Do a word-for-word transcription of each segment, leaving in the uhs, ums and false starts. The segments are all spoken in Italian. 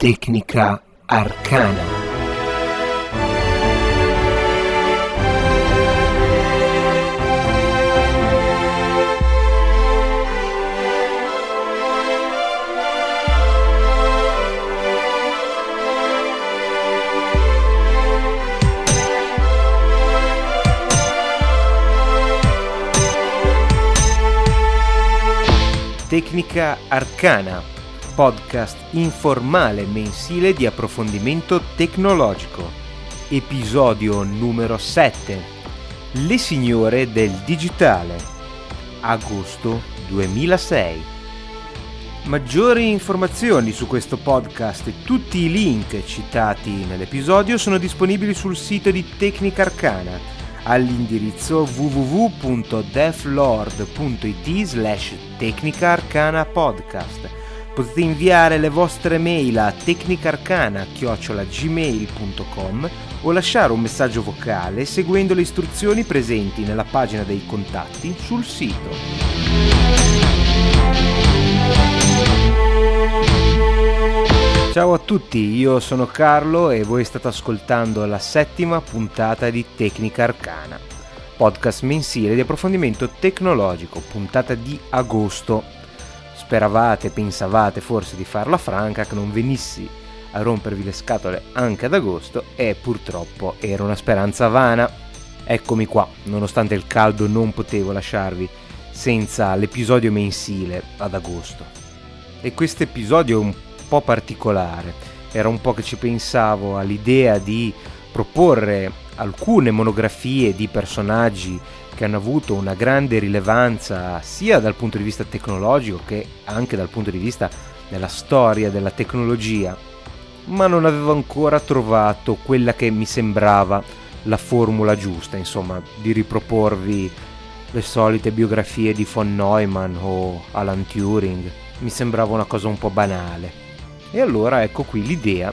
Tecnica Arcana. Tecnica Arcana, podcast informale mensile di approfondimento tecnologico. Episodio numero sette. Le signore del digitale. Agosto duemilasei. Maggiori informazioni su questo podcast e tutti i link citati nell'episodio sono disponibili sul sito di Tecnica Arcana all'indirizzo w w w punto devlord punto i t slash tecnica arcana podcast. Potete inviare le vostre mail a tecnicarcana chiocciola gmail punto com o lasciare un messaggio vocale seguendo le istruzioni presenti nella pagina dei contatti sul sito. Ciao a tutti, io sono Carlo e voi state ascoltando la settima puntata di Tecnica Arcana, podcast mensile di approfondimento tecnologico, puntata di agosto. Speravate, pensavate forse di farla franca, che non venissi a rompervi le scatole anche ad agosto, e purtroppo era una speranza vana. Eccomi qua, nonostante il caldo non potevo lasciarvi senza l'episodio mensile ad agosto. E questo episodio è un po' particolare, era un po' che ci pensavo all'idea di proporre alcune monografie di personaggi che hanno avuto una grande rilevanza sia dal punto di vista tecnologico che anche dal punto di vista della storia della tecnologia, ma non avevo ancora trovato quella che mi sembrava la formula giusta, insomma, di riproporvi le solite biografie di von Neumann o Alan Turing. Mi sembrava una cosa un po' banale. E allora ecco qui l'idea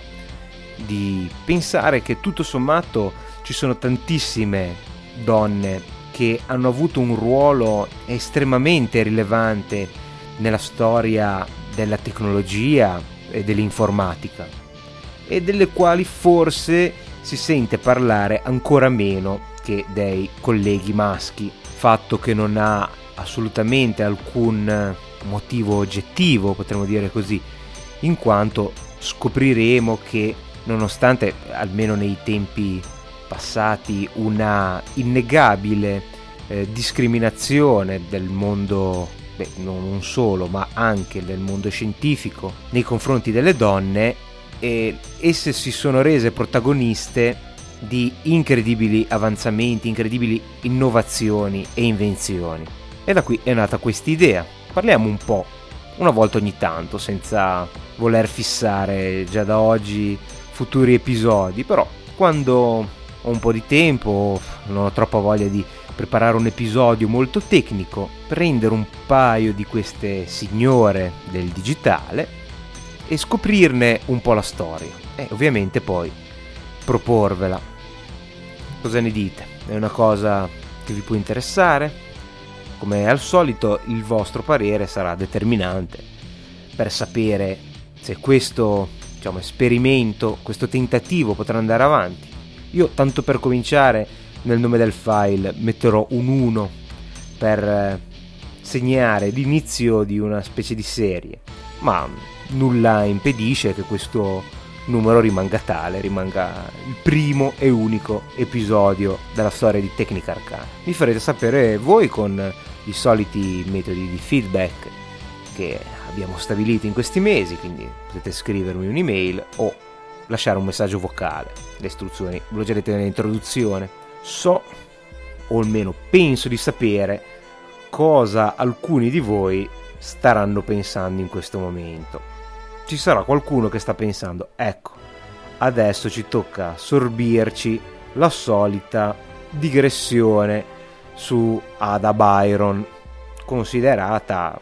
di pensare che tutto sommato ci sono tantissime donne che hanno avuto un ruolo estremamente rilevante nella storia della tecnologia e dell'informatica, e delle quali forse si sente parlare ancora meno che dei colleghi maschi, fatto che non ha assolutamente alcun motivo oggettivo, potremmo dire così, in quanto scopriremo che nonostante almeno nei tempi passati una innegabile eh, discriminazione del mondo, beh, non solo ma anche del mondo scientifico nei confronti delle donne, e esse si sono rese protagoniste di incredibili avanzamenti, incredibili innovazioni e invenzioni. E da qui è nata questa idea. Parliamo un po' una volta ogni tanto, senza voler fissare già da oggi futuri episodi, però quando ho un po' di tempo, non ho troppa voglia di preparare un episodio molto tecnico, prendere un paio di queste signore del digitale e scoprirne un po' la storia e ovviamente poi proporvela. Cosa ne dite? È una cosa che vi può interessare? Come al solito il vostro parere sarà determinante per sapere se questo, diciamo, esperimento, questo tentativo potrà andare avanti. Io, tanto per cominciare, nel nome del file metterò un uno per segnare l'inizio di una specie di serie, ma nulla impedisce che questo numero rimanga tale, rimanga il primo e unico episodio della storia di Tecnica Arcana. Mi farete sapere voi con i soliti metodi di feedback che abbiamo stabilito in questi mesi, quindi potete scrivermi un'email o lasciare un messaggio vocale. Le istruzioni ve lo direte nell'introduzione. So, o almeno penso di sapere, cosa alcuni di voi staranno pensando in questo momento. Ci sarà qualcuno che sta pensando: ecco, adesso ci tocca sorbirci la solita digressione su Ada Byron, considerata,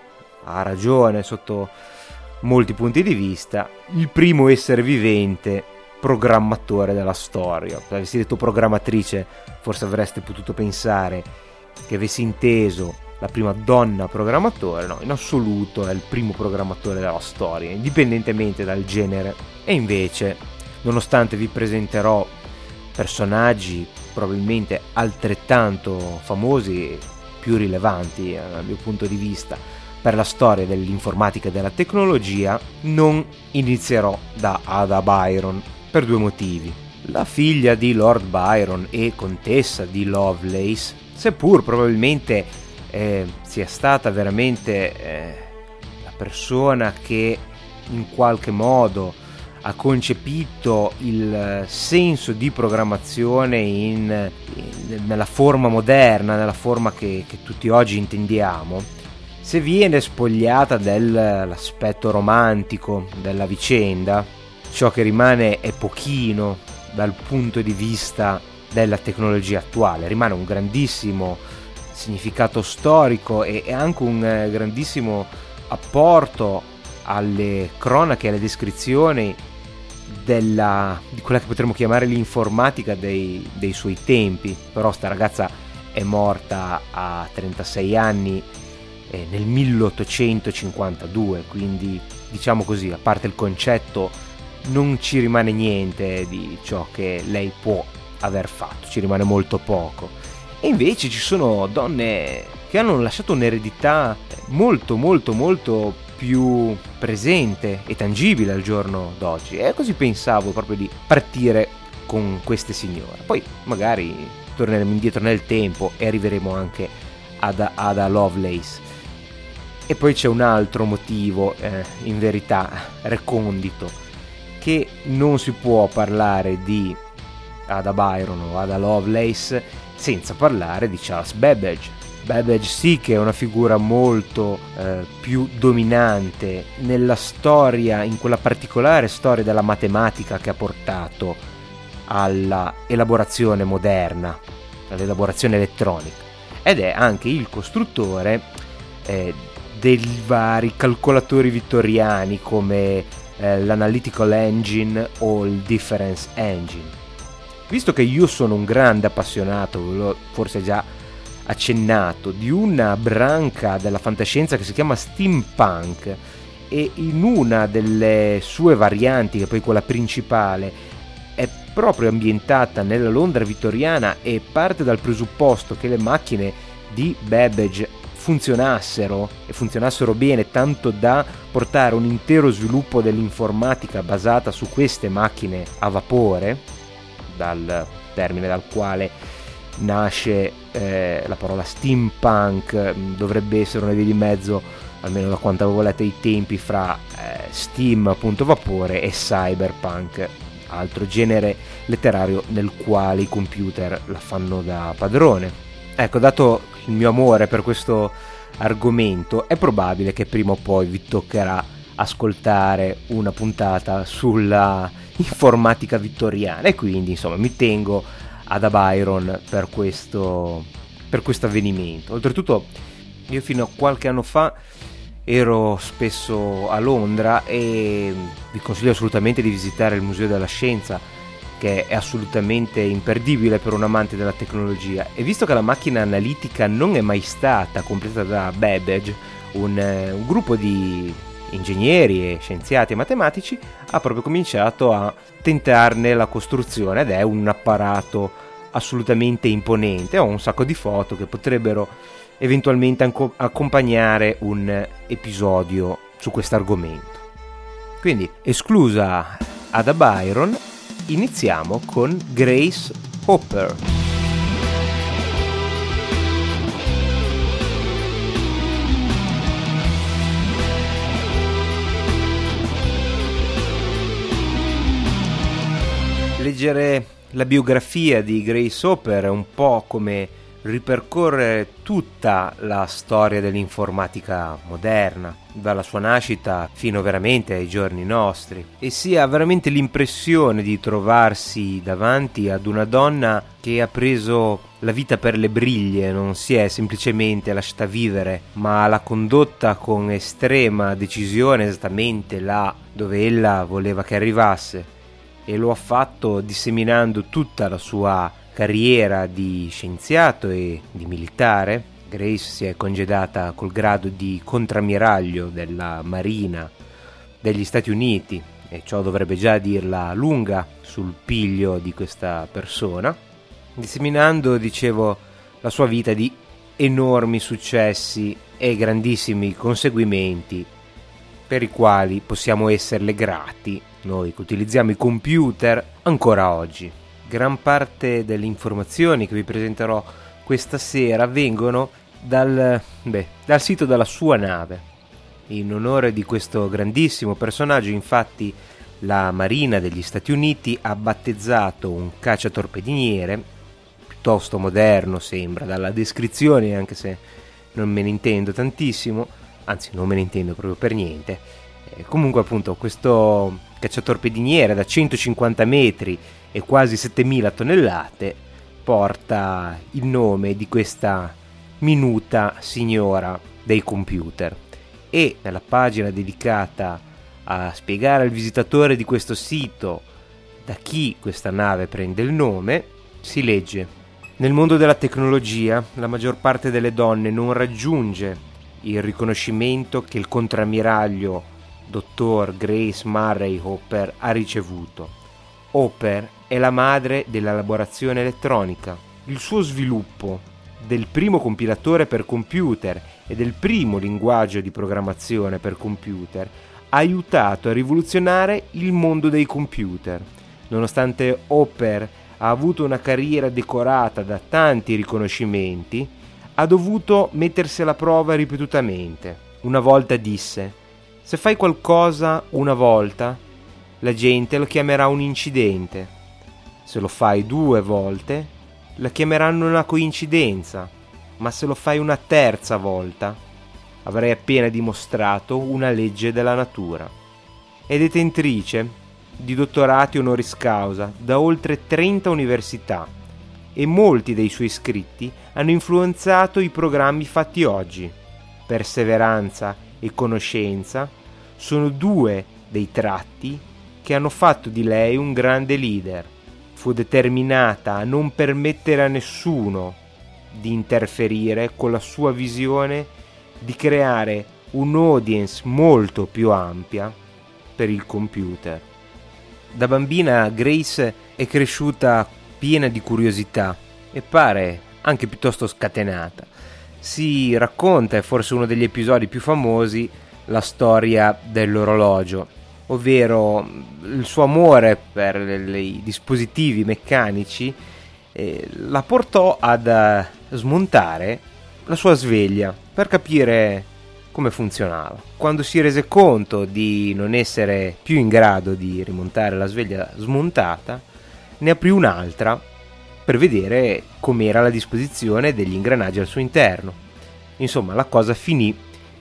a ragione sotto molti punti di vista, il primo essere vivente programmatore della storia. Se avessi detto programmatrice, forse avreste potuto pensare che avessi inteso la prima donna programmatore, no, in assoluto è il primo programmatore della storia, indipendentemente dal genere. E invece, nonostante vi presenterò personaggi probabilmente altrettanto famosi e più rilevanti dal mio punto di vista per la storia dell'informatica e della tecnologia, non inizierò da Ada Byron per due motivi. La figlia di Lord Byron e contessa di Lovelace, seppur probabilmente eh, sia stata veramente eh, la persona che in qualche modo ha concepito il senso di programmazione in, in, nella forma moderna, nella forma che, che tutti oggi intendiamo, se viene spogliata dell'aspetto romantico della vicenda, ciò che rimane è pochino dal punto di vista della tecnologia attuale. Rimane un grandissimo significato storico e, e anche un eh, grandissimo apporto alle cronache, alle descrizioni della, di quella che potremmo chiamare l'informatica dei, dei suoi tempi. Però sta ragazza è morta a trentasei anni eh, nel milleottocentocinquantadue, quindi diciamo così, a parte il concetto, non ci rimane niente di ciò che lei può aver fatto, ci rimane molto poco. E invece ci sono donne che hanno lasciato un'eredità molto molto molto più presente e tangibile al giorno d'oggi, e così pensavo proprio di partire con queste signore. Poi magari torneremo indietro nel tempo e arriveremo anche ad Ada Lovelace. E poi c'è un altro motivo, eh, in verità recondito, che non si può parlare di Ada Byron o Ada Lovelace senza parlare di Charles Babbage. Babbage sì che è una figura molto eh, più dominante nella storia, in quella particolare storia della matematica che ha portato alla elaborazione moderna, all'elaborazione elettronica, ed è anche il costruttore eh, dei vari calcolatori vittoriani come eh, l'Analytical Engine o il Difference Engine. Visto che io sono un grande appassionato, ve l'ho forse già accennato, di una branca della fantascienza che si chiama steampunk, e in una delle sue varianti, che poi quella principale, è proprio ambientata nella Londra vittoriana e parte dal presupposto che le macchine di Babbage funzionassero e funzionassero bene, tanto da portare un intero sviluppo dell'informatica basata su queste macchine a vapore, dal termine dal quale nasce eh, la parola steampunk. Dovrebbe essere una via di mezzo, almeno da quanto avevo letto ai tempi, fra eh, steam, appunto vapore, e cyberpunk, altro genere letterario nel quale i computer la fanno da padrone. Ecco, dato il mio amore per questo argomento, è probabile che prima o poi vi toccherà ascoltare una puntata sulla informatica vittoriana, e quindi insomma mi tengo Ada Byron per questo per questo avvenimento. Oltretutto io fino a qualche anno fa ero spesso a Londra e vi consiglio assolutamente di visitare il Museo della Scienza, che è assolutamente imperdibile per un amante della tecnologia. E visto che la macchina analitica non è mai stata completata da Babbage, un, un gruppo di ingegneri e scienziati e matematici ha proprio cominciato a tentarne la costruzione, ed è un apparato assolutamente imponente. Ho un sacco di foto che potrebbero eventualmente anco- accompagnare un episodio su questo argomento. Quindi, esclusa Ada Byron, iniziamo con Grace Hopper. Leggere la biografia di Grace Hopper è un po' come ripercorrere tutta la storia dell'informatica moderna, dalla sua nascita fino veramente ai giorni nostri, e si ha veramente l'impressione di trovarsi davanti ad una donna che ha preso la vita per le briglie, non si è semplicemente lasciata vivere, ma l'ha condotta con estrema decisione esattamente là dove ella voleva che arrivasse, e lo ha fatto disseminando tutta la sua carriera di scienziato e di militare Grace si è congedata col grado di contrammiraglio della Marina degli Stati Uniti, e ciò dovrebbe già dirla lunga sul piglio di questa persona, disseminando, dicevo, la sua vita di enormi successi e grandissimi conseguimenti per i quali possiamo esserle grati noi che utilizziamo i computer ancora oggi. Gran parte delle informazioni che vi presenterò questa sera vengono dal, beh, dal sito della sua nave. In onore di questo grandissimo personaggio, infatti, la Marina degli Stati Uniti ha battezzato un cacciatorpediniere piuttosto moderno, sembra dalla descrizione, anche se non me ne intendo tantissimo, anzi non me ne intendo proprio per niente. Eh, comunque appunto questo cacciatorpediniere da centocinquanta metri e quasi settemila tonnellate porta il nome di questa minuta signora dei computer, e nella pagina dedicata a spiegare al visitatore di questo sito da chi questa nave prende il nome si legge: nel mondo della tecnologia la maggior parte delle donne non raggiunge il riconoscimento che il contrammiraglio dottor Grace Murray Hopper ha ricevuto. Hopper è la madre dell'elaborazione elettronica. Il suo sviluppo del primo compilatore per computer e del primo linguaggio di programmazione per computer ha aiutato a rivoluzionare il mondo dei computer. Nonostante Hopper ha avuto una carriera decorata da tanti riconoscimenti, ha dovuto mettersi alla prova ripetutamente. Una volta disse: se fai qualcosa una volta, la gente lo chiamerà un incidente. Se lo fai due volte, la chiameranno una coincidenza. Ma se lo fai una terza volta, avrai appena dimostrato una legge della natura. È detentrice di dottorati honoris causa da oltre trenta università, e molti dei suoi scritti hanno influenzato i programmi fatti oggi. Perseveranza e conoscenza sono due dei tratti che hanno fatto di lei un grande leader. Fu determinata a non permettere a nessuno di interferire con la sua visione di creare un'audience molto più ampia per il computer. Da bambina Grace è cresciuta piena di curiosità e pare anche piuttosto scatenata. Si racconta, è forse uno degli episodi più famosi, la storia dell'orologio, ovvero il suo amore per i dispositivi meccanici eh, la portò ad uh, smontare la sua sveglia per capire come funzionava. Quando si rese conto di non essere più in grado di rimontare la sveglia smontata, ne aprì un'altra per vedere com'era la disposizione degli ingranaggi al suo interno. Insomma, la cosa finì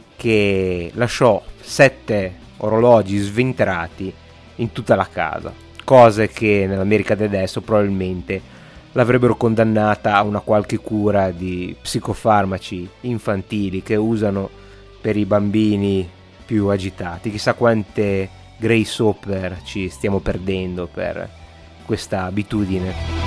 che lasciò sette orologi sventrati in tutta la casa, cose che nell'America di adesso probabilmente l'avrebbero condannata a una qualche cura di psicofarmaci infantili che usano per i bambini più agitati. Chissà quante Grace Hopper ci stiamo perdendo per questa abitudine.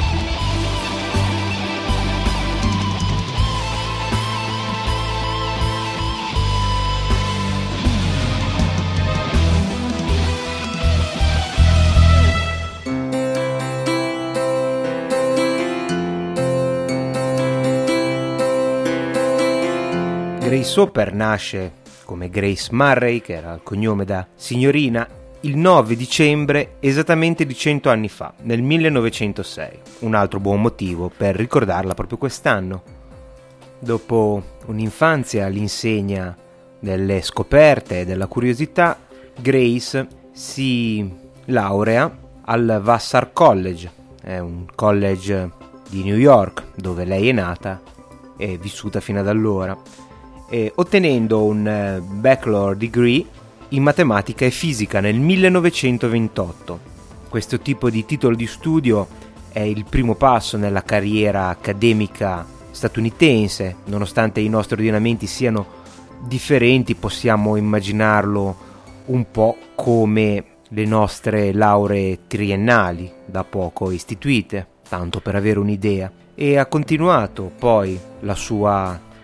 Grace Hopper nasce come Grace Murray, che era il cognome da signorina, il nove dicembre esattamente di cento anni fa, nel millenovecentosei. Un altro buon motivo per ricordarla proprio quest'anno. Dopo un'infanzia all'insegna delle scoperte e della curiosità, Grace si laurea al Vassar College, è un college di New York dove lei è nata e vissuta fino ad allora, e ottenendo un bachelor degree in matematica e fisica nel millenovecentoventotto. Questo tipo di titolo di studio è il primo passo nella carriera accademica statunitense. Nonostante i nostri ordinamenti siano differenti, possiamo immaginarlo un po' come le nostre lauree triennali da poco istituite, tanto per avere un'idea. E ha continuato poi la sua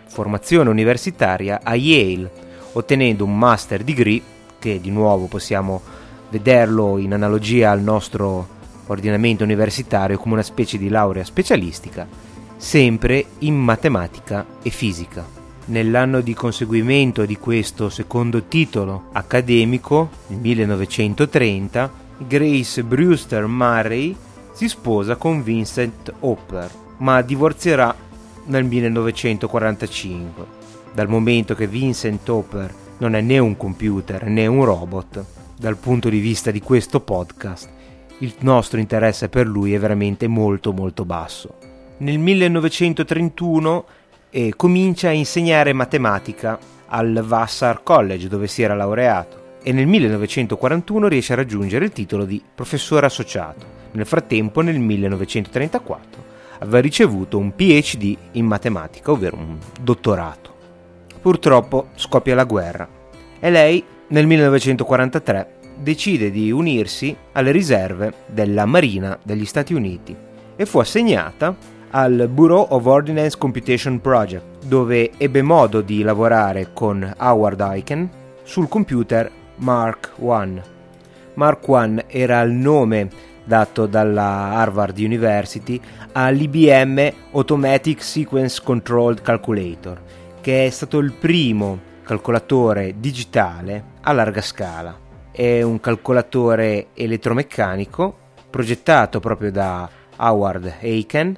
formazione universitaria a Yale, ottenendo un master degree che di nuovo possiamo vederlo in analogia al nostro ordinamento universitario come una specie di laurea specialistica, sempre in matematica e fisica. Nell'anno di conseguimento di questo secondo titolo accademico, nel millenovecentotrenta, Grace Brewster Murray si sposa con Vincent Hopper, ma divorzierà nel millenovecentoquarantacinque, dal momento che Vincent Hopper non è né un computer né un robot. Dal punto di vista di questo podcast, il nostro interesse per lui è veramente molto molto basso. Nel millenovecentotrentuno eh, comincia a insegnare matematica al Vassar College, dove si era laureato, e nel millenovecentoquarantuno riesce a raggiungere il titolo di professore associato. Nel frattempo, nel millenovecentotrentaquattro, aveva ricevuto un P H D in matematica, ovvero un dottorato. Purtroppo scoppia la guerra e lei nel millenovecentoquarantatré decide di unirsi alle riserve della Marina degli Stati Uniti e fu assegnata al Bureau of Ordnance Computation Project, dove ebbe modo di lavorare con Howard Aiken sul computer Mark uno. Mark uno era il nome dato dalla Harvard University all'I B M Automatic Sequence Controlled Calculator, che è stato il primo calcolatore digitale a larga scala. È un calcolatore elettromeccanico progettato proprio da Howard Aiken,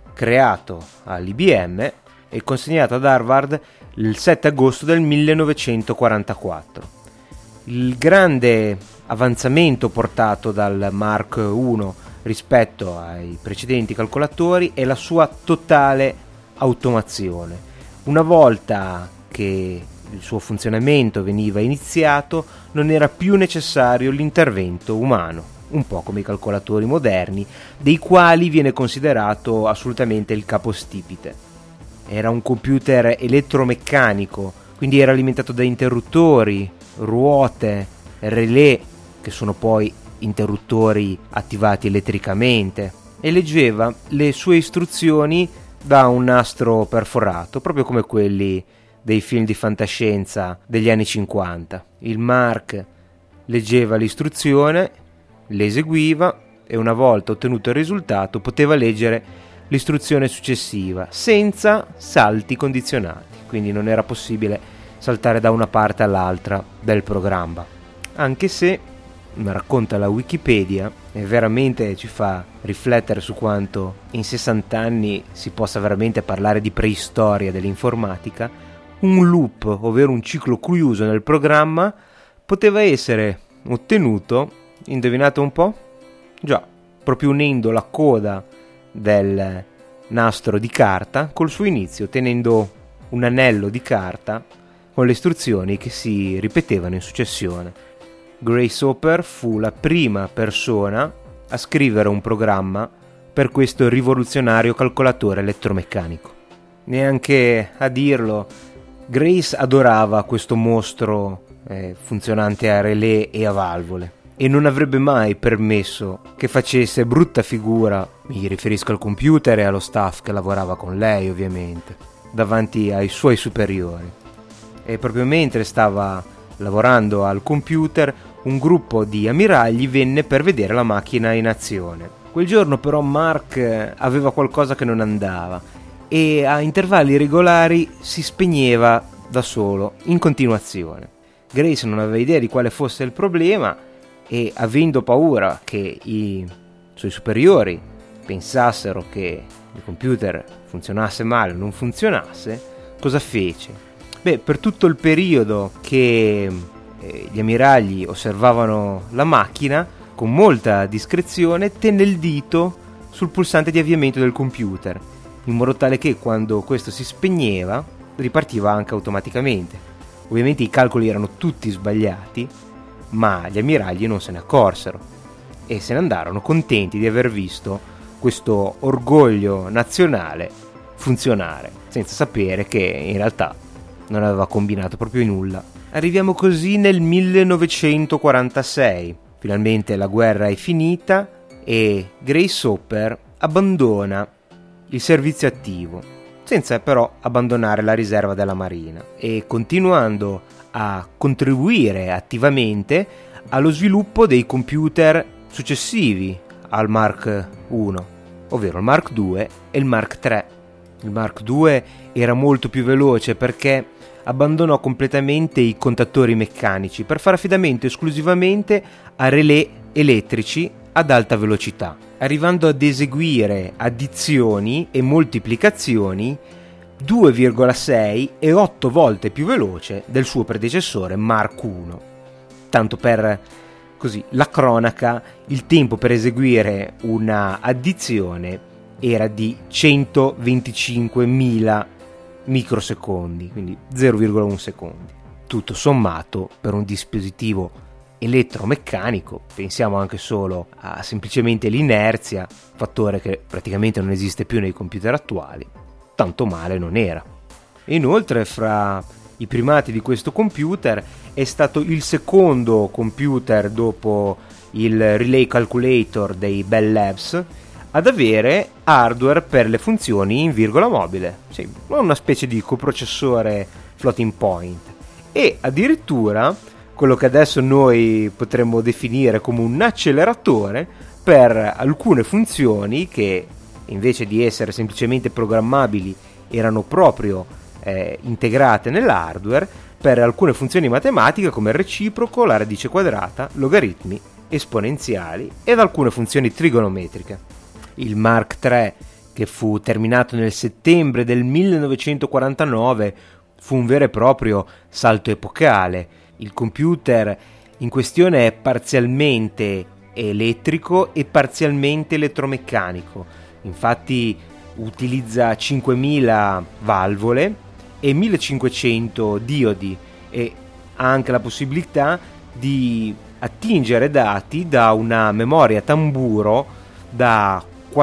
creato all'I B M e consegnato ad Harvard il sette agosto del millenovecentoquarantaquattro. Il grande avanzamento portato dal Mark uno rispetto ai precedenti calcolatori è la sua totale automazione. Una volta che il suo funzionamento veniva iniziato, non era più necessario l'intervento umano, un po' come i calcolatori moderni, dei quali viene considerato assolutamente il capostipite. Era un computer elettromeccanico, quindi era alimentato da interruttori, ruote, relè, che sono poi interruttori attivati elettricamente, e leggeva le sue istruzioni da un nastro perforato, proprio come quelli dei film di fantascienza degli anni cinquanta. Il Mark leggeva l'istruzione, le eseguiva e una volta ottenuto il risultato poteva leggere l'istruzione successiva senza salti condizionati, quindi non era possibile saltare da una parte all'altra del programma. Anche se, racconta la Wikipedia, e veramente ci fa riflettere su quanto in sessanta anni si possa veramente parlare di preistoria dell'informatica, un loop, ovvero un ciclo chiuso nel programma, poteva essere ottenuto, indovinate un po'? Già, proprio unendo la coda del nastro di carta col suo inizio, tenendo un anello di carta con le istruzioni che si ripetevano in successione. Grace Hopper fu la prima persona a scrivere un programma per questo rivoluzionario calcolatore elettromeccanico. Neanche a dirlo, Grace adorava questo mostro eh, funzionante a relè e a valvole e non avrebbe mai permesso che facesse brutta figura, mi riferisco al computer e allo staff che lavorava con lei ovviamente, davanti ai suoi superiori. E proprio mentre stava lavorando al computer, un gruppo di ammiragli venne per vedere la macchina in azione. Quel giorno però Mark aveva qualcosa che non andava e a intervalli regolari si spegneva da solo, in continuazione. Grace non aveva idea di quale fosse il problema e, avendo paura che i suoi superiori pensassero che il computer funzionasse male o non funzionasse, cosa fece? Beh, per tutto il periodo che eh, gli ammiragli osservavano la macchina, con molta discrezione tenne il dito sul pulsante di avviamento del computer, in modo tale che quando questo si spegneva ripartiva anche automaticamente. Ovviamente i calcoli erano tutti sbagliati, ma gli ammiragli non se ne accorsero e se ne andarono contenti di aver visto questo orgoglio nazionale funzionare, senza sapere che in realtà non aveva combinato proprio nulla. Arriviamo così nel millenovecentoquarantasei. Finalmente la guerra è finita e Grace Hopper abbandona il servizio attivo senza però abbandonare la riserva della Marina e continuando a contribuire attivamente allo sviluppo dei computer successivi al Mark uno, ovvero il Mark due e il Mark tre. Il Mark due era molto più veloce perché abbandonò completamente i contatori meccanici per fare affidamento esclusivamente a relè elettrici ad alta velocità, arrivando ad eseguire addizioni e moltiplicazioni due virgola sei e otto volte più veloce del suo predecessore Mark uno. Tanto per così la cronaca, il tempo per eseguire una addizione era di centoventicinquemila microsecondi, quindi zero virgola uno secondi. Tutto sommato, per un dispositivo elettromeccanico, pensiamo anche solo a semplicemente l'inerzia, fattore che praticamente non esiste più nei computer attuali, tanto male non era. Inoltre, fra i primati di questo computer è stato il secondo computer dopo il Relay Calculator dei Bell Labs ad avere hardware per le funzioni in virgola mobile, sì, una specie di coprocessore floating point, e addirittura quello che adesso noi potremmo definire come un acceleratore per alcune funzioni che invece di essere semplicemente programmabili erano proprio eh, integrate nell'hardware per alcune funzioni matematiche come il reciproco, la radice quadrata, logaritmi, esponenziali ed alcune funzioni trigonometriche. Il Mark tre, che fu terminato nel settembre del millenovecentoquarantanove, fu un vero e proprio salto epocale. Il computer in questione è parzialmente elettrico e parzialmente elettromeccanico. Infatti utilizza cinquemila valvole e millecinquecento diodi e ha anche la possibilità di attingere dati da una memoria tamburo da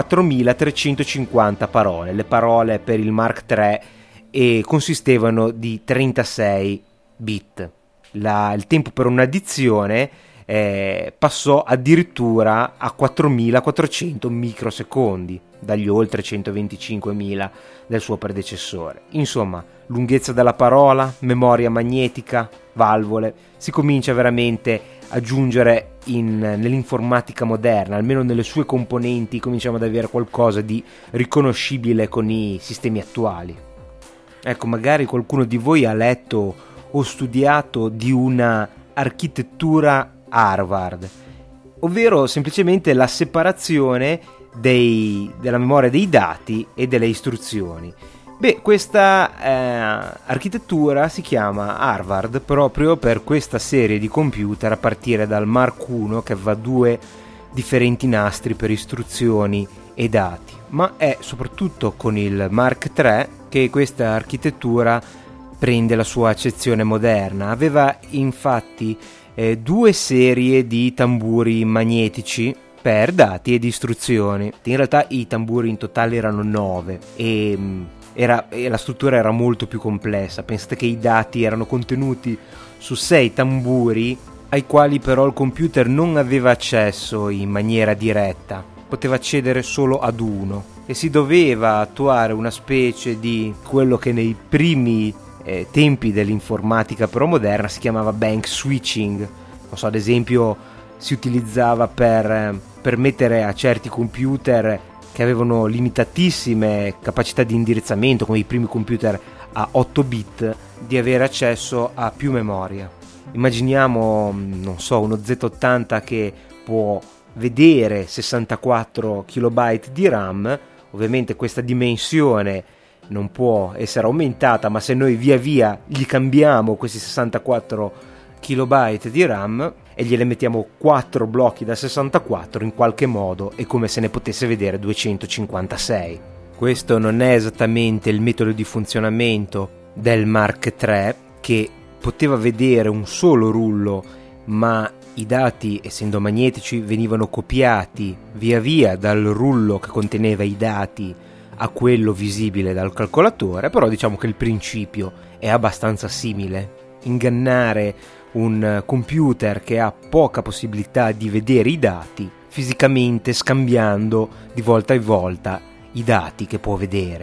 quattromilatrecentocinquanta parole. Le parole per il Mark tre e consistevano di trentasei bit. La, il tempo per un'addizione eh, passò addirittura a quattromilaquattrocento microsecondi dagli oltre centoventicinquemila del suo predecessore. Insomma, lunghezza della parola, memoria magnetica, valvole, si comincia veramente a giungere in, nell'informatica moderna, almeno nelle sue componenti cominciamo ad avere qualcosa di riconoscibile con i sistemi attuali. Ecco, magari qualcuno di voi ha letto o studiato di una architettura Harvard, ovvero semplicemente la separazione dei, della memoria dei dati e delle istruzioni. Beh, questa eh, architettura si chiama Harvard proprio per questa serie di computer a partire dal Mark uno, che aveva due differenti nastri per istruzioni e dati, ma è soprattutto con il Mark tre che questa architettura prende la sua accezione moderna. Aveva infatti eh, due serie di tamburi magnetici per dati ed istruzioni. In realtà i tamburi in totale erano nove e, era, e la struttura era molto più complessa. Pensate che i dati erano contenuti su sei tamburi ai quali però il computer non aveva accesso in maniera diretta, poteva accedere solo ad uno e si doveva attuare una specie di quello che nei primi eh, tempi dell'informatica però moderna si chiamava bank switching. Non so, ad esempio si utilizzava per permettere a certi computer che avevano limitatissime capacità di indirizzamento, come i primi computer a otto bit, di avere accesso a più memoria. Immaginiamo, non so, uno Z ottanta che può vedere sessantaquattro kilobyte di RAM. Ovviamente questa dimensione non può essere aumentata, ma se noi via via gli cambiamo questi sessantaquattro kilobyte di RAM e gliene mettiamo quattro blocchi da sessantaquattro, in qualche modo è come se ne potesse vedere duecentocinquantasei. Questo non è esattamente il metodo di funzionamento del Mark tre, che poteva vedere un solo rullo, ma i dati, essendo magnetici, venivano copiati via via dal rullo che conteneva i dati a quello visibile dal calcolatore. Però diciamo che il principio è abbastanza simile. Ingannare un computer che ha poca possibilità di vedere i dati fisicamente, scambiando di volta in volta i dati che può vedere.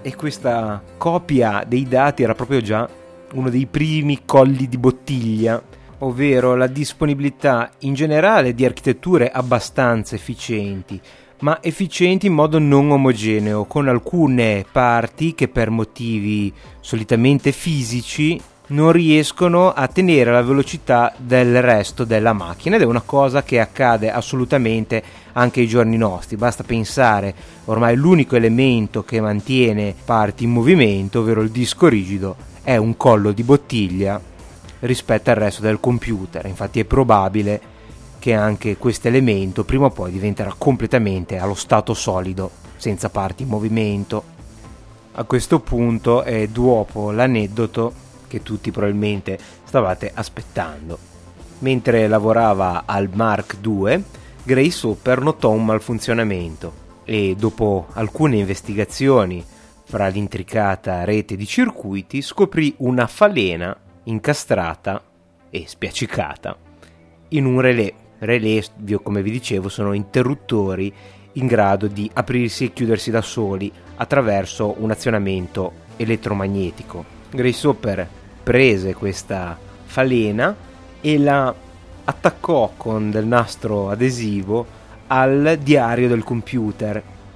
e questa copia dei dati era proprio già uno dei primi colli di bottiglia, ovvero la disponibilità in generale di architetture abbastanza efficienti, ma efficienti in modo non omogeneo, con alcune parti che per motivi solitamente fisici non riescono a tenere la velocità del resto della macchina, ed è una cosa che accade assolutamente anche ai giorni nostri. Basta pensare, ormai l'unico elemento che mantiene parti in movimento, ovvero il disco rigido, è un collo di bottiglia rispetto al resto del computer. Infatti è probabile che anche questo elemento prima o poi diventerà completamente allo stato solido, senza parti in movimento. A questo punto è dopo l'aneddoto che tutti probabilmente stavate aspettando. Mentre lavorava al Mark due, Grace Hopper notò un malfunzionamento e dopo alcune investigazioni fra l'intricata rete di circuiti scoprì una falena incastrata e spiaccicata in un relè. Relè, come vi dicevo, sono interruttori in grado di aprirsi e chiudersi da soli attraverso un azionamento elettromagnetico. Grace Hopper prese questa falena e la attaccò con del nastro adesivo al diario del computer,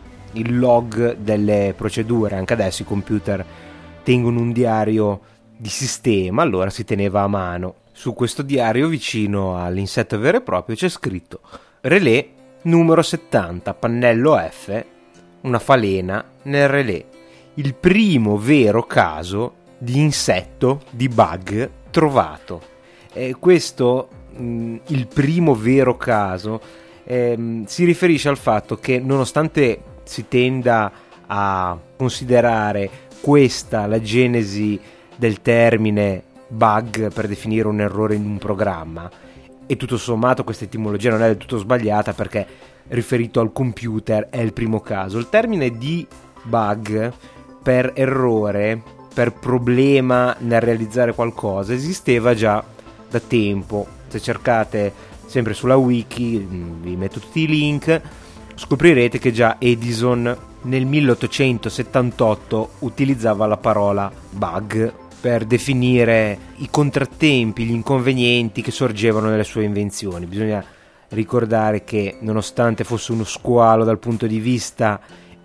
il log delle procedure. Anche adesso i computer tengono un diario di sistema, allora si teneva a mano. Su questo diario, vicino all'insetto vero e proprio, c'è scritto relè numero settanta, pannello F, una falena nel relè. Il primo vero caso di insetto, di bug trovato. E questo, mh, il primo vero caso, ehm, si riferisce al fatto che, nonostante si tenda a considerare questa la genesi del termine bug per definire un errore in un programma, e tutto sommato questa etimologia non è del tutto sbagliata, perché riferito al computer è il primo caso. Il termine di bug per errore, per problema nel realizzare qualcosa, esisteva già da tempo. Se cercate sempre sulla wiki, vi metto tutti i link, scoprirete che già Edison nel milleottocentosettantotto utilizzava la parola bug per definire i contrattempi, gli inconvenienti che sorgevano nelle sue invenzioni. Bisogna ricordare che, nonostante fosse uno squalo dal punto di vista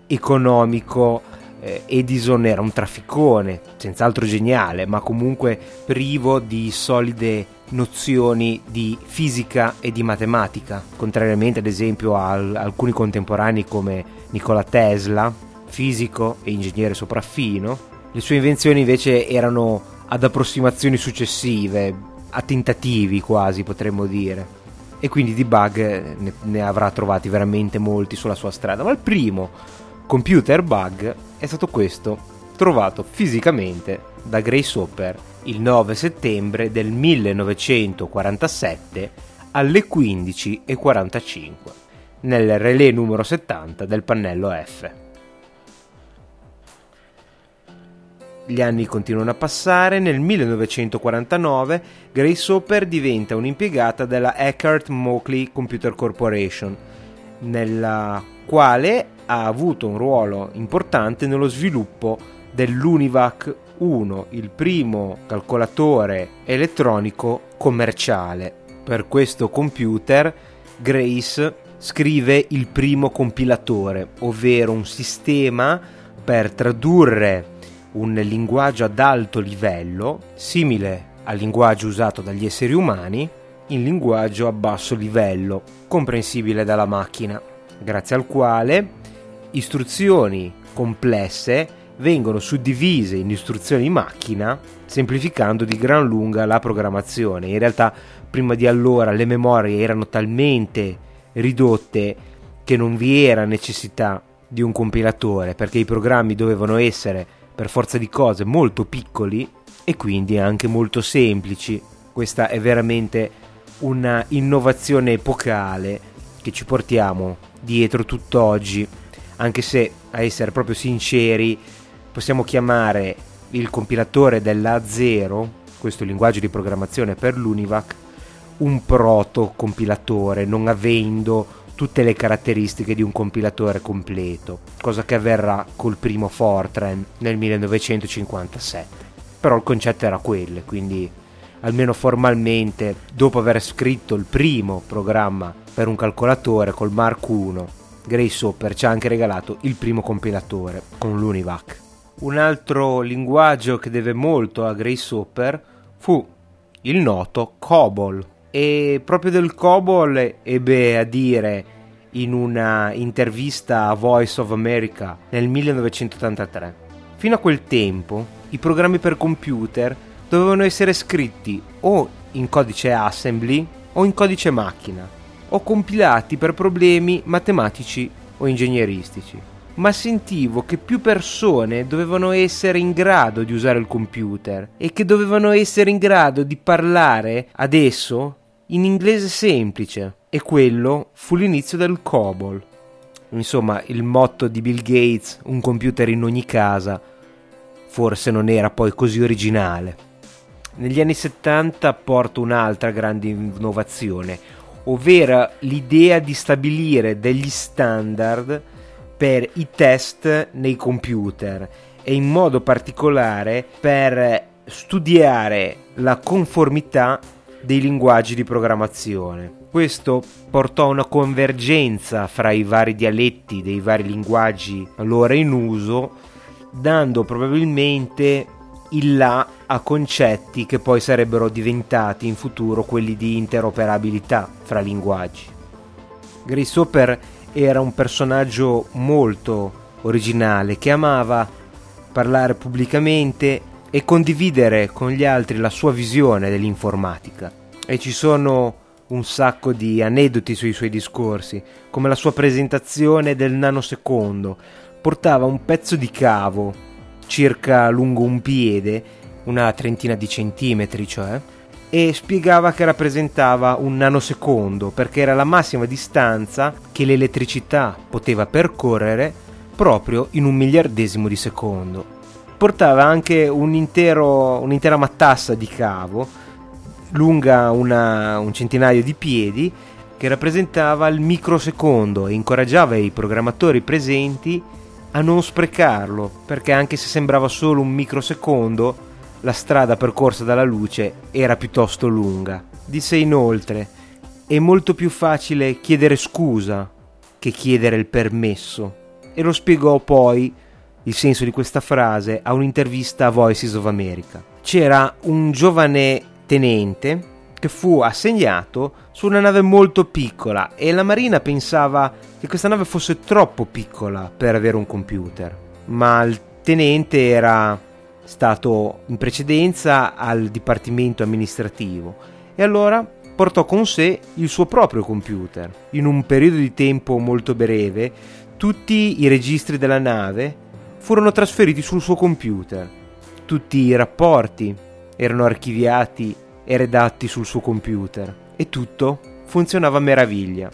economico, eh, Edison era un trafficone, senz'altro geniale, ma comunque privo di solide nozioni di fisica e di matematica, contrariamente ad esempio a, a alcuni contemporanei come Nikola Tesla, fisico e ingegnere sopraffino. Le sue invenzioni invece erano ad approssimazioni successive, a tentativi quasi, potremmo dire, e quindi di bug ne, ne avrà trovati veramente molti sulla sua strada. Ma il primo computer bug è stato questo, trovato fisicamente da Grace Hopper il nove settembre del millenovecentoquarantasette alle quindici e quarantacinque nel relè numero settanta del pannello F. Gli anni continuano a passare. Nel millenovecentoquarantanove Grace Hopper diventa un'impiegata della Eckert-Mauchly Computer Corporation, nella quale ha avuto un ruolo importante nello sviluppo dell'Univac uno, il primo calcolatore elettronico commerciale. Per questo computer Grace scrive il primo compilatore, ovvero un sistema per tradurre un linguaggio ad alto livello, simile al linguaggio usato dagli esseri umani, in linguaggio a basso livello, comprensibile dalla macchina, grazie al quale istruzioni complesse vengono suddivise in istruzioni macchina, semplificando di gran lunga la programmazione. In realtà, prima di allora le memorie erano talmente ridotte che non vi era necessità di un compilatore, perché i programmi dovevano essere per forza di cose molto piccoli e quindi anche molto semplici. Questa è veramente una innovazione epocale che ci portiamo dietro tutt'oggi, anche se, a essere proprio sinceri, possiamo chiamare il compilatore dell'A zero, questo linguaggio di programmazione per l'Univac, un proto compilatore, non avendo tutte le caratteristiche di un compilatore completo, cosa che avverrà col primo Fortran nel millenovecentocinquantasette. Però il concetto era quello, quindi almeno formalmente, dopo aver scritto il primo programma per un calcolatore col Mark uno, Grace Hopper ci ha anche regalato il primo compilatore con l'Univac. Un altro linguaggio che deve molto a Grace Hopper fu il noto COBOL, e proprio del COBOL ebbe a dire in una intervista a Voice of America nel millenovecentottantatré. Fino a quel tempo i programmi per computer dovevano essere scritti o in codice assembly o in codice macchina, o compilati per problemi matematici o ingegneristici. Ma sentivo che più persone dovevano essere in grado di usare il computer e che dovevano essere in grado di parlare adesso in inglese semplice, e quello fu l'inizio del COBOL. Insomma, il motto di Bill Gates, un computer in ogni casa, forse non era poi così originale. Negli anni settanta porta un'altra grande innovazione, ovvero l'idea di stabilire degli standard per i test nei computer, e in modo particolare per studiare la conformità dei linguaggi di programmazione. Questo portò a una convergenza fra i vari dialetti dei vari linguaggi allora in uso, dando probabilmente il là a concetti che poi sarebbero diventati in futuro quelli di interoperabilità fra linguaggi. Grace Hopper era un personaggio molto originale che amava parlare pubblicamente e condividere con gli altri la sua visione dell'informatica, e ci sono un sacco di aneddoti sui suoi discorsi, come la sua presentazione del nanosecondo. Portava un pezzo di cavo circa lungo un piede, una trentina di centimetri cioè, e spiegava che rappresentava un nanosecondo perché era la massima distanza che l'elettricità poteva percorrere proprio in un miliardesimo di secondo. Portava anche un intero, un'intera matassa di cavo lunga una, un centinaio di piedi, che rappresentava il microsecondo, e incoraggiava i programmatori presenti a non sprecarlo, perché anche se sembrava solo un microsecondo, la strada percorsa dalla luce era piuttosto lunga. Disse inoltre: è molto più facile chiedere scusa che chiedere il permesso, e lo spiegò poi il senso di questa frase a un'intervista a Voices of America. C'era un giovane tenente che fu assegnato su una nave molto piccola, e la Marina pensava che questa nave fosse troppo piccola per avere un computer, ma il tenente era stato in precedenza al dipartimento amministrativo e allora portò con sé il suo proprio computer. In un periodo di tempo molto breve tutti i registri della nave furono trasferiti sul suo computer, tutti i rapporti erano archiviati e redatti sul suo computer, e tutto funzionava a meraviglia.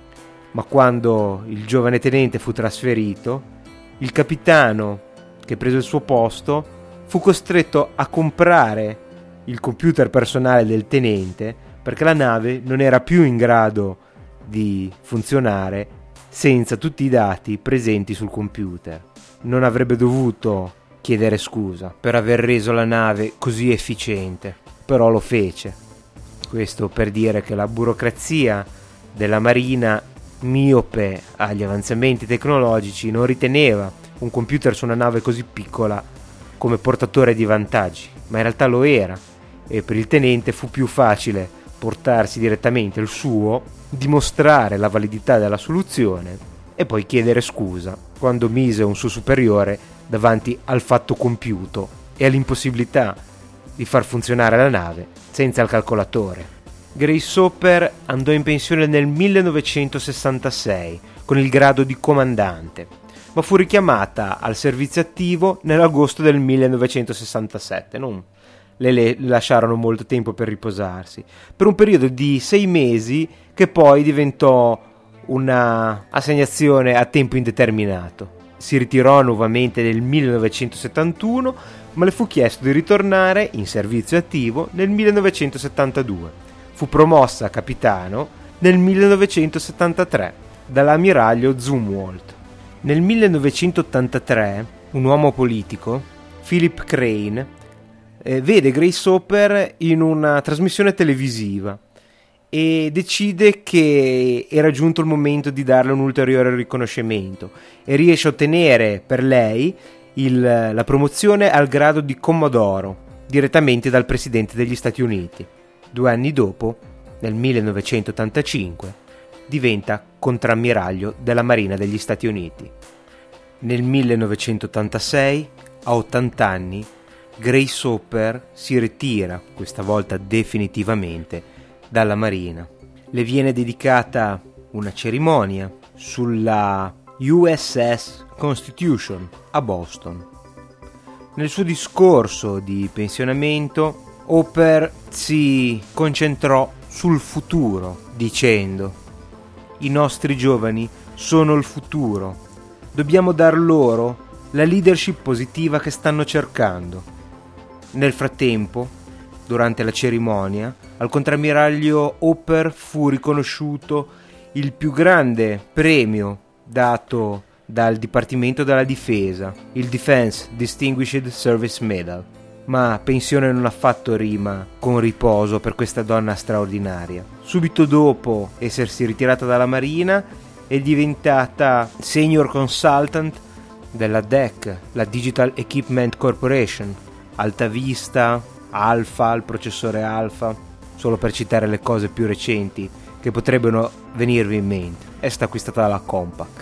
Ma quando il giovane tenente fu trasferito, il capitano che prese il suo posto fu costretto a comprare il computer personale del tenente, perché la nave non era più in grado di funzionare senza tutti i dati presenti sul computer. Non avrebbe dovuto chiedere scusa per aver reso la nave così efficiente, però lo fece. Questo per dire che la burocrazia della Marina, miope agli avanzamenti tecnologici, non riteneva un computer su una nave così piccola come portatore di vantaggi, ma in realtà lo era, e per il tenente fu più facile portarsi direttamente il suo, dimostrare la validità della soluzione e poi chiedere scusa quando mise un suo superiore davanti al fatto compiuto e all'impossibilità di far funzionare la nave senza il calcolatore. Grace Hopper andò in pensione nel millenovecentosessantasei con il grado di comandante, ma fu richiamata al servizio attivo nell'agosto del millenovecentosessantasette. Non le lasciarono molto tempo per riposarsi, per un periodo di sei mesi che poi diventò una assegnazione a tempo indeterminato. Si ritirò nuovamente nel millenovecentosettantuno, ma le fu chiesto di ritornare in servizio attivo nel millenovecentosettantadue. Fu promossa a capitano nel millenovecentosettantatré dall'ammiraglio Zumwalt. Nel millenovecentottantatré un uomo politico, Philip Crane, eh, vede Grace Hopper in una trasmissione televisiva e decide che era giunto il momento di darle un ulteriore riconoscimento e riesce a ottenere per lei il, la promozione al grado di commodoro direttamente dal presidente degli Stati Uniti. Due anni dopo, nel millenovecentottantacinque, diventa contrammiraglio della Marina degli Stati Uniti. Nel millenovecentottantasei, a ottanta anni, Grace Hopper si ritira, questa volta definitivamente, dalla Marina. Le viene dedicata una cerimonia sulla U S S Constitution a Boston. Nel suo discorso di pensionamento, Hopper si concentrò sul futuro, dicendo: «I nostri giovani sono il futuro. Dobbiamo dar loro la leadership positiva che stanno cercando». Nel frattempo, durante la cerimonia, al contrammiraglio Hopper fu riconosciuto il più grande premio dato dal Dipartimento della Difesa, il Defense Distinguished Service Medal. Ma pensione non ha fatto rima con riposo per questa donna straordinaria. Subito dopo essersi ritirata dalla Marina è diventata Senior Consultant della D E C, la Digital Equipment Corporation, Alta Vista, Alpha, il processore Alpha, solo per citare le cose più recenti che potrebbero venirvi in mente. È stata acquistata dalla Compaq.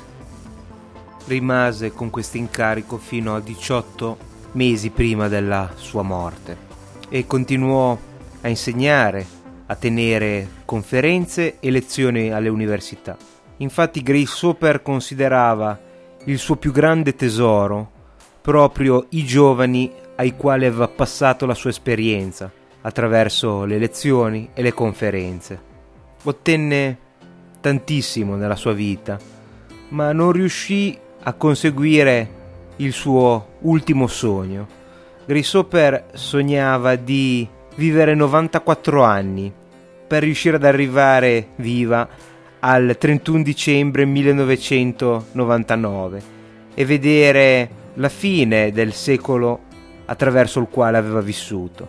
Rimase con questo incarico fino a diciotto mesi prima della sua morte e continuò a insegnare, a tenere conferenze e lezioni alle università. Infatti Grace Hopper considerava il suo più grande tesoro proprio i giovani ai quali aveva passato la sua esperienza attraverso le lezioni e le conferenze. Ottenne tantissimo nella sua vita, ma non riuscì a conseguire il suo ultimo sogno. Grace Hopper sognava di vivere novantaquattro anni per riuscire ad arrivare viva al trentuno dicembre millenovecentonovantanove e vedere la fine del secolo attraverso il quale aveva vissuto.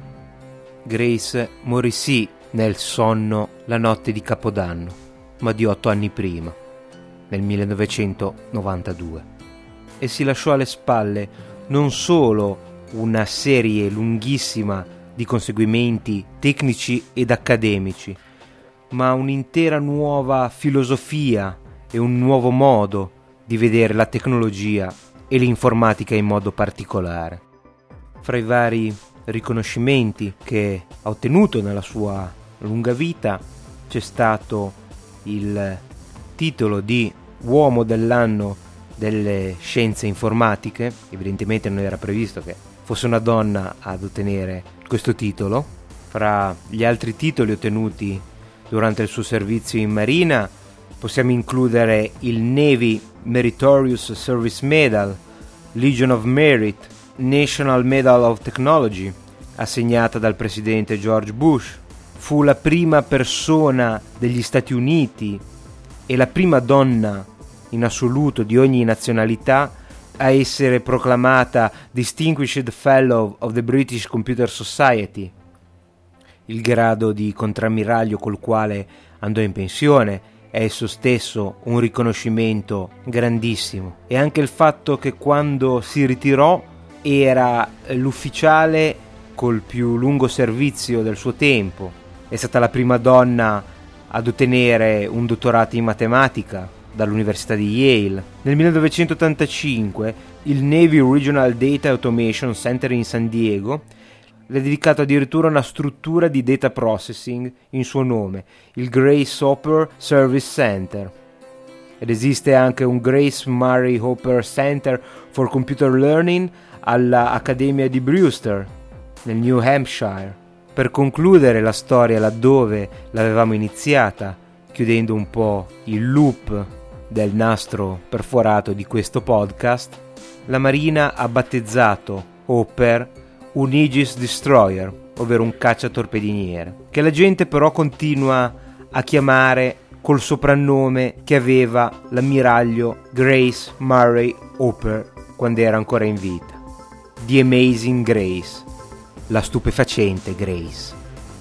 Grace morì sì nel sonno la notte di Capodanno, ma di otto anni prima, nel millenovecentonovantadue, e si lasciò alle spalle non solo una serie lunghissima di conseguimenti tecnici ed accademici, ma un'intera nuova filosofia e un nuovo modo di vedere la tecnologia e l'informatica in modo particolare. Fra i vari riconoscimenti che ha ottenuto nella sua lunga vita c'è stato il titolo di uomo dell'anno delle scienze informatiche. Evidentemente non era previsto che fosse una donna ad ottenere questo titolo. Fra gli altri titoli ottenuti durante il suo servizio in Marina possiamo includere il Navy Meritorious Service Medal, Legion of Merit, National Medal of Technology, assegnata dal presidente George Bush. Fu la prima persona degli Stati Uniti e la prima donna in assoluto di ogni nazionalità a essere proclamata Distinguished Fellow of the British Computer Society, il grado di contrammiraglio col quale andò in pensione. È esso stesso un riconoscimento grandissimo, e anche il fatto che quando si ritirò era l'ufficiale col più lungo servizio del suo tempo. È stata la prima donna ad ottenere un dottorato in matematica dall'Università di Yale. Nel millenovecentottantacinque il Navy Regional Data Automation Center in San Diego le ha dedicato addirittura una struttura di data processing in suo nome, il Grace Hopper Service Center. Ed esiste anche un Grace Murray Hopper Center for Computer Learning all'Accademia di Brewster, nel New Hampshire. Per concludere la storia laddove l'avevamo iniziata, chiudendo un po' il loop del nastro perforato di questo podcast, la Marina ha battezzato Hopper un Aegis Destroyer, ovvero un cacciatorpediniere, che la gente però continua a chiamare col soprannome che aveva l'ammiraglio Grace Murray Hopper quando era ancora in vita. The Amazing Grace, la stupefacente Grace.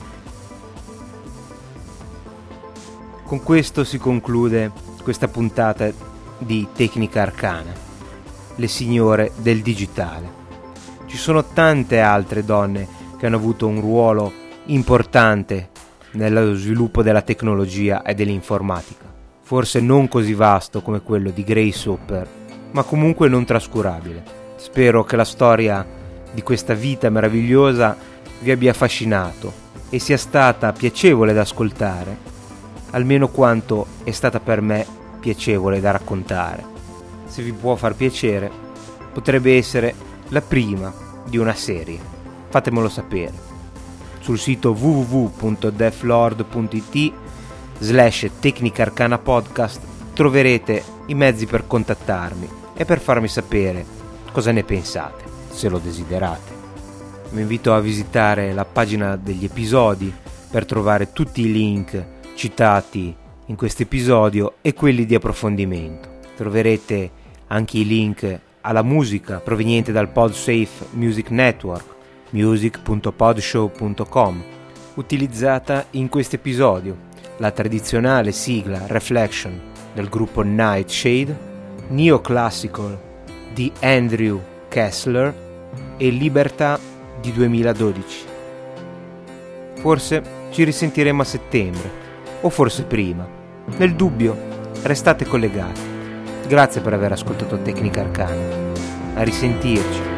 Con questo si conclude questa puntata di Tecnica Arcana, le signore del digitale. Ci sono tante altre donne che hanno avuto un ruolo importante nello sviluppo della tecnologia e dell'informatica, forse non così vasto come quello di Grace Hopper, ma comunque non trascurabile. Spero che la storia di questa vita meravigliosa vi abbia affascinato e sia stata piacevole da ascoltare, almeno quanto è stata per me piacevole da raccontare. Se vi può far piacere, potrebbe essere la prima di una serie. Fatemelo sapere. Sul sito w w w punto deflord punto i t slash Tecnica Arcana Podcast troverete i mezzi per contattarmi e per farmi sapere cosa ne pensate, se lo desiderate. Vi invito a visitare la pagina degli episodi per trovare tutti i link citati in questo episodio e quelli di approfondimento. Troverete anche i link alla musica proveniente dal PodSafe Music Network, music punto podshow punto com, utilizzata in questo episodio, la tradizionale sigla Reflection del gruppo Nightshade, Neoclassical di Andrew Kessler e Libertà di duemiladodici. Forse ci risentiremo a settembre, o forse prima. Nel dubbio, restate collegati. Grazie per aver ascoltato Tecnica Arcana. A risentirci.